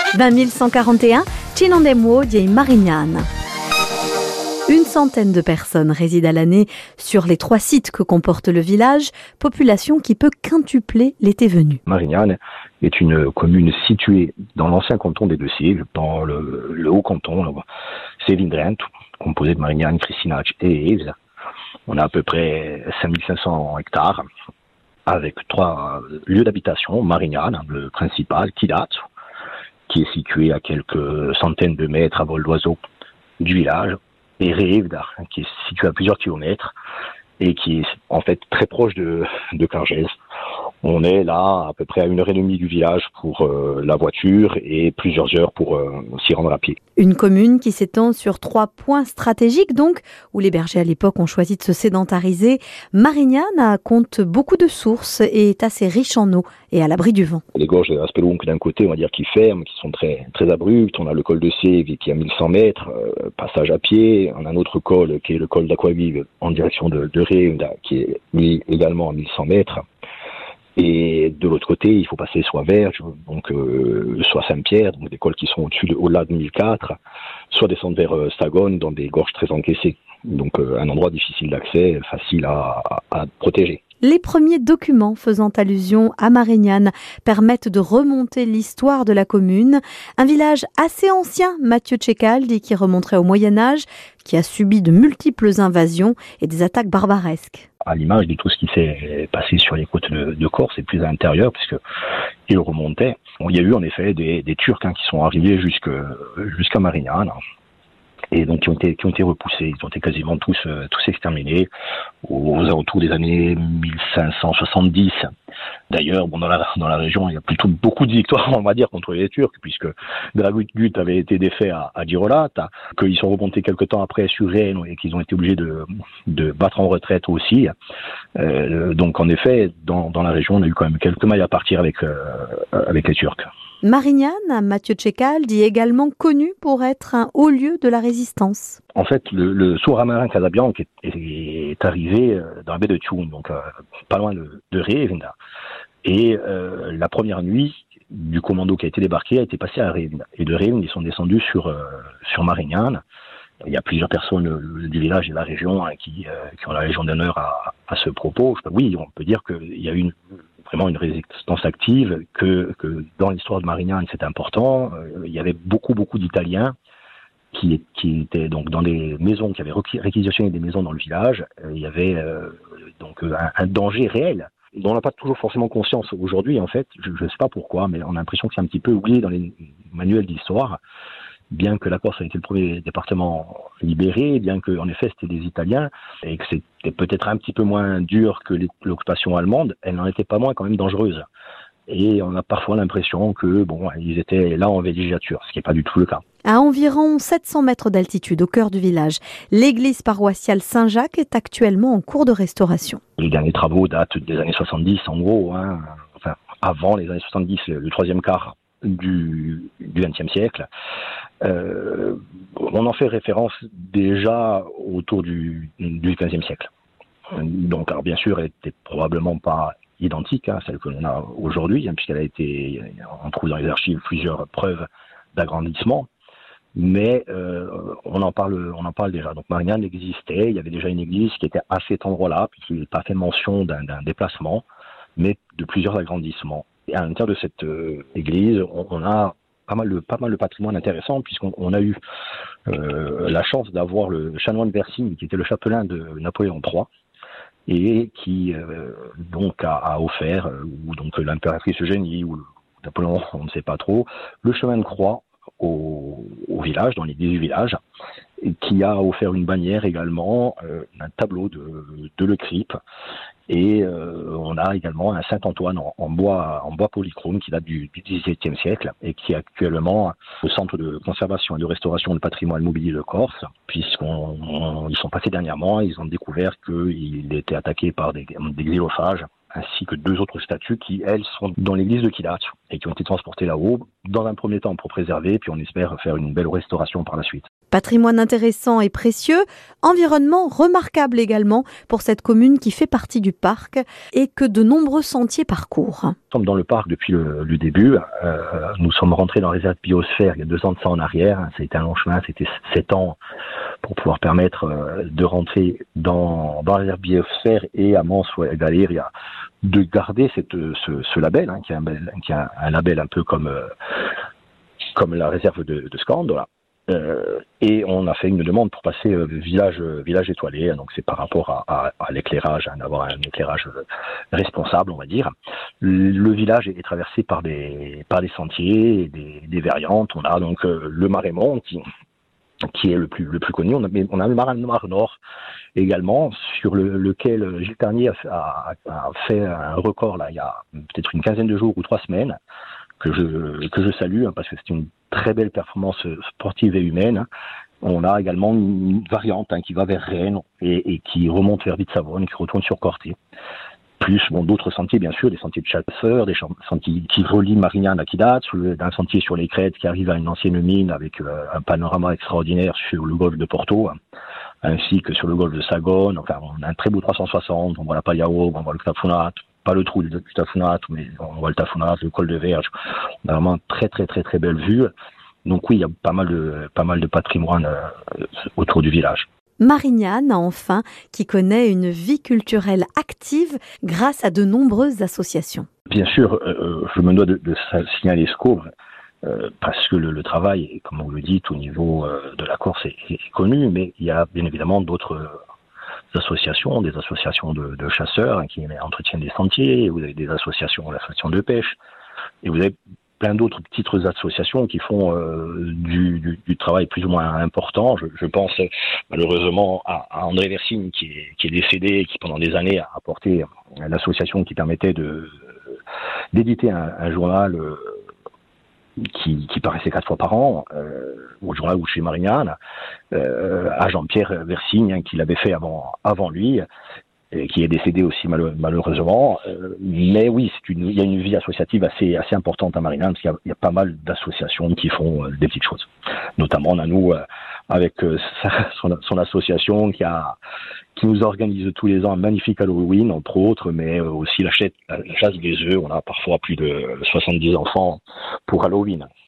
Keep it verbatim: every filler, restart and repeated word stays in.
vingt mille cent quarante et un, Cinandemwo di Marignane. Une centaine de personnes résident à l'année sur les trois sites que comporte le village, population qui peut quintupler l'été venu. Marignane est une commune située dans l'ancien canton des Deux-Sèvres, dans le, le haut canton, c'est Vindrent, composé de Marignane, Christinach et Eves. On a à peu près cinq mille cinq cents hectares, avec trois lieux d'habitation. Marignane, le principal, qui date, qui est situé à quelques centaines de mètres à vol d'oiseau du village, et Révda, qui est situé à plusieurs kilomètres et qui est en fait très proche de, de Cargès. On est là à peu près à une heure et demie du village pour euh, la voiture et plusieurs heures pour euh, s'y rendre à pied. Une commune qui s'étend sur trois points stratégiques donc, où les bergers à l'époque ont choisi de se sédentariser. Marignane compte beaucoup de sources et est assez riche en eau et à l'abri du vent. Les gorges de Aspelonque d'un côté, on va dire, qui ferment, qui sont très, très abruptes. On a le col de Sèvres qui est à mille cent mètres, euh, passage à pied. On a un autre col qui est le col d'Aquavive en direction de, de Révda, qui est lui également à mille cent mètres. Et de l'autre côté, il faut passer soit Verge, donc euh, soit Saint-Pierre, donc des cols qui sont au-dessus, de, au-delà de mille quatre, soit descendre vers euh, Stagone, dans des gorges très encaissées. Donc euh, un endroit difficile d'accès, facile à, à, à protéger. Les premiers documents faisant allusion à Marignane permettent de remonter l'histoire de la commune. Un village assez ancien, Mathieu Tchekal, qui remonterait au Moyen-Âge, qui a subi de multiples invasions et des attaques barbaresques. À l'image de tout ce qui s'est passé sur les côtes de, de Corse et plus à l'intérieur, puisque il remontait. Bon, il y a eu en effet des, des Turcs hein, qui sont arrivés jusque, jusqu'à Marignane. Et donc qui ont été qui ont été repoussés, ils ont été quasiment tous euh, tous exterminés aux, aux alentours des années mille cinq cent soixante-dix. D'ailleurs, bon dans la dans la région, il y a plutôt beaucoup de victoires, on va dire, contre les Turcs, puisque Dragut Gut avait été défait à, à Girolat, qu'ils sont remontés quelque temps après sur Rennes et qu'ils ont été obligés de de battre en retraite aussi. Euh, donc en effet, dans dans la région, on a eu quand même quelques mailles à partir avec euh, avec les Turcs. Marignane, Mathieu Tchekal, dit également connu pour être un haut lieu de la résistance. En fait, le, le sous-marin Casabianca est, est, est arrivé dans la baie de Thioune, donc euh, pas loin de, de Révda. Et euh, la première nuit du commando qui a été débarqué a été passée à Révda. Et de Révda, ils sont descendus sur, euh, sur Marignane. Il y a plusieurs personnes euh, du village et de la région hein, qui, euh, qui ont la Légion d'honneur à, à ce propos. Oui, on peut dire qu'il y a une vraiment une résistance active, que, que dans l'histoire de Marignane, c'est important. Euh, il y avait beaucoup, beaucoup d'Italiens qui, qui étaient donc dans des maisons, qui avaient réquisitionné des maisons dans le village. Euh, il y avait euh, donc un, un danger réel dont on n'a pas toujours forcément conscience aujourd'hui, en fait. Je ne sais pas pourquoi, mais on a l'impression que c'est un petit peu oublié dans les manuels d'histoire. Bien que la Corse a été le premier département libéré, bien que en effet c'était des Italiens, et que c'était peut-être un petit peu moins dur que l'occupation allemande, elle n'en était pas moins quand même dangereuse. Et on a parfois l'impression que bon, ils étaient là en villégiature, ce qui n'est pas du tout le cas. À environ sept cents mètres d'altitude au cœur du village, l'église paroissiale Saint-Jacques est actuellement en cours de restauration. Les derniers travaux datent des années soixante-dix en gros, hein, enfin avant les années soixante-dix, le troisième quart du vingtième siècle. Euh, on en fait référence déjà autour du, du quinzième siècle. Donc, alors bien sûr, elle n'était probablement pas identique à celle que l'on a aujourd'hui, hein, puisqu'elle a été, on trouve dans les archives plusieurs preuves d'agrandissement, mais euh, on en parle, on en parle déjà. Donc, Marignane existait, il y avait déjà une église qui était à cet endroit-là, puisqu'il n'est pas fait mention d'un, d'un déplacement, mais de plusieurs agrandissements. Et à l'intérieur de cette euh, église, on, on a pas mal de pas mal de patrimoine intéressant, puisqu'on on a eu euh, la chance d'avoir le chanoine Versigne, qui était le chapelain de Napoléon trois, et qui euh, donc a, a offert, euh, ou donc l'impératrice Eugénie, ou Napoléon, on ne sait pas trop, le chemin de croix au, au village, dans l'église du village, et qui a offert une bannière également, euh, un tableau de, de Le Crip. Et euh, on a également un Saint-Antoine en, en bois en bois polychrome qui date du, du dix-septième siècle et qui est actuellement au Centre de conservation et de restauration du patrimoine mobilier de Corse, puisqu'ils sont passés dernièrement, ils ont découvert qu'il était attaqué par des, des xylophages ainsi que deux autres statues qui, elles, sont dans l'église de Kilat et qui ont été transportées là-haut, dans un premier temps pour préserver, puis on espère faire une belle restauration par la suite. Patrimoine intéressant et précieux, environnement remarquable également pour cette commune qui fait partie du parc et que de nombreux sentiers parcourent. Nous sommes dans le parc depuis le, le début. Euh, nous sommes rentrés dans la réserve biosphère il y a deux ans de ça en arrière. Ça a été un long chemin, c'était sept ans pour pouvoir permettre euh, de rentrer dans, dans la réserve biosphère et à Mans ou à Galéria de garder cette, ce, ce label, hein, qui est un, qui est un, un label un peu comme, euh, comme la réserve de, de Scande, là. Euh, et on a fait une demande pour passer euh, village euh, village étoilé, donc c'est par rapport à, à, à l'éclairage, hein, d'avoir un éclairage euh, responsable, on va dire. Le, le village est, est traversé par des par des sentiers et des, des variantes. On a donc euh, le Marémont qui qui est le plus le plus connu. On a, mais on a le Mar Nord également, sur le, lequel Gilles Ternier a, a, a fait un record là il y a peut-être une quinzaine de jours ou trois semaines, que je que je salue, hein, parce que c'est une très belle performance sportive et humaine. Hein. On a également une variante, hein, qui va vers Rennes et, et qui remonte vers Vite-Savonne, qui retourne sur Corté. Plus bon, d'autres sentiers, bien sûr, des sentiers de chasseurs, des sentiers qui relient Marignane à Kilat, un sentier sur les crêtes qui arrive à une ancienne mine avec euh, un panorama extraordinaire sur le golfe de Porto, hein, ainsi que sur le golfe de Sagone. Enfin, on a un très beau trois cent soixante, on voit la Payao, on voit le Tafunat, pas le trou du Tafunat, mais on voit le Tafunat, le col de Verge. On a vraiment très très très très belle vue. Donc oui, il y a pas mal de pas mal de patrimoine euh, autour du village. Marignane, enfin, qui connaît une vie culturelle active grâce à de nombreuses associations. Bien sûr, euh, je me dois de, de signaler Scaubre, euh, parce que le, le travail, comme vous le dites, au niveau euh, de la Corse est, est connu, mais il y a bien évidemment d'autres euh, associations, des associations de, de chasseurs, hein, qui entretiennent des sentiers, vous avez des associations, l'association de pêche, et vous avez plein d'autres petites associations qui font euh, du, du, du travail plus ou moins important. Je, je pense malheureusement à, à André Versigne qui est, qui est décédé et qui pendant des années a apporté l'association qui permettait de d'éditer un, un journal euh, qui, qui paraissait quatre fois par an, euh, au journal ou chez Marignane, euh, à Jean-Pierre Versigne, hein, qui l'avait fait avant, avant lui, et qui est décédé aussi mal, malheureusement. Euh, mais oui, c'est une, il y a une vie associative assez, assez importante à Marignane, parce qu'il y a, il y a pas mal d'associations qui font euh, des petites choses. Notamment, on a nous, euh, avec euh, sa, son, son association qui, a, qui nous organise tous les ans un magnifique Halloween, entre autres, mais euh, aussi la, chasse, la chasse des œufs. On a parfois plus de soixante-dix enfants pour Halloween.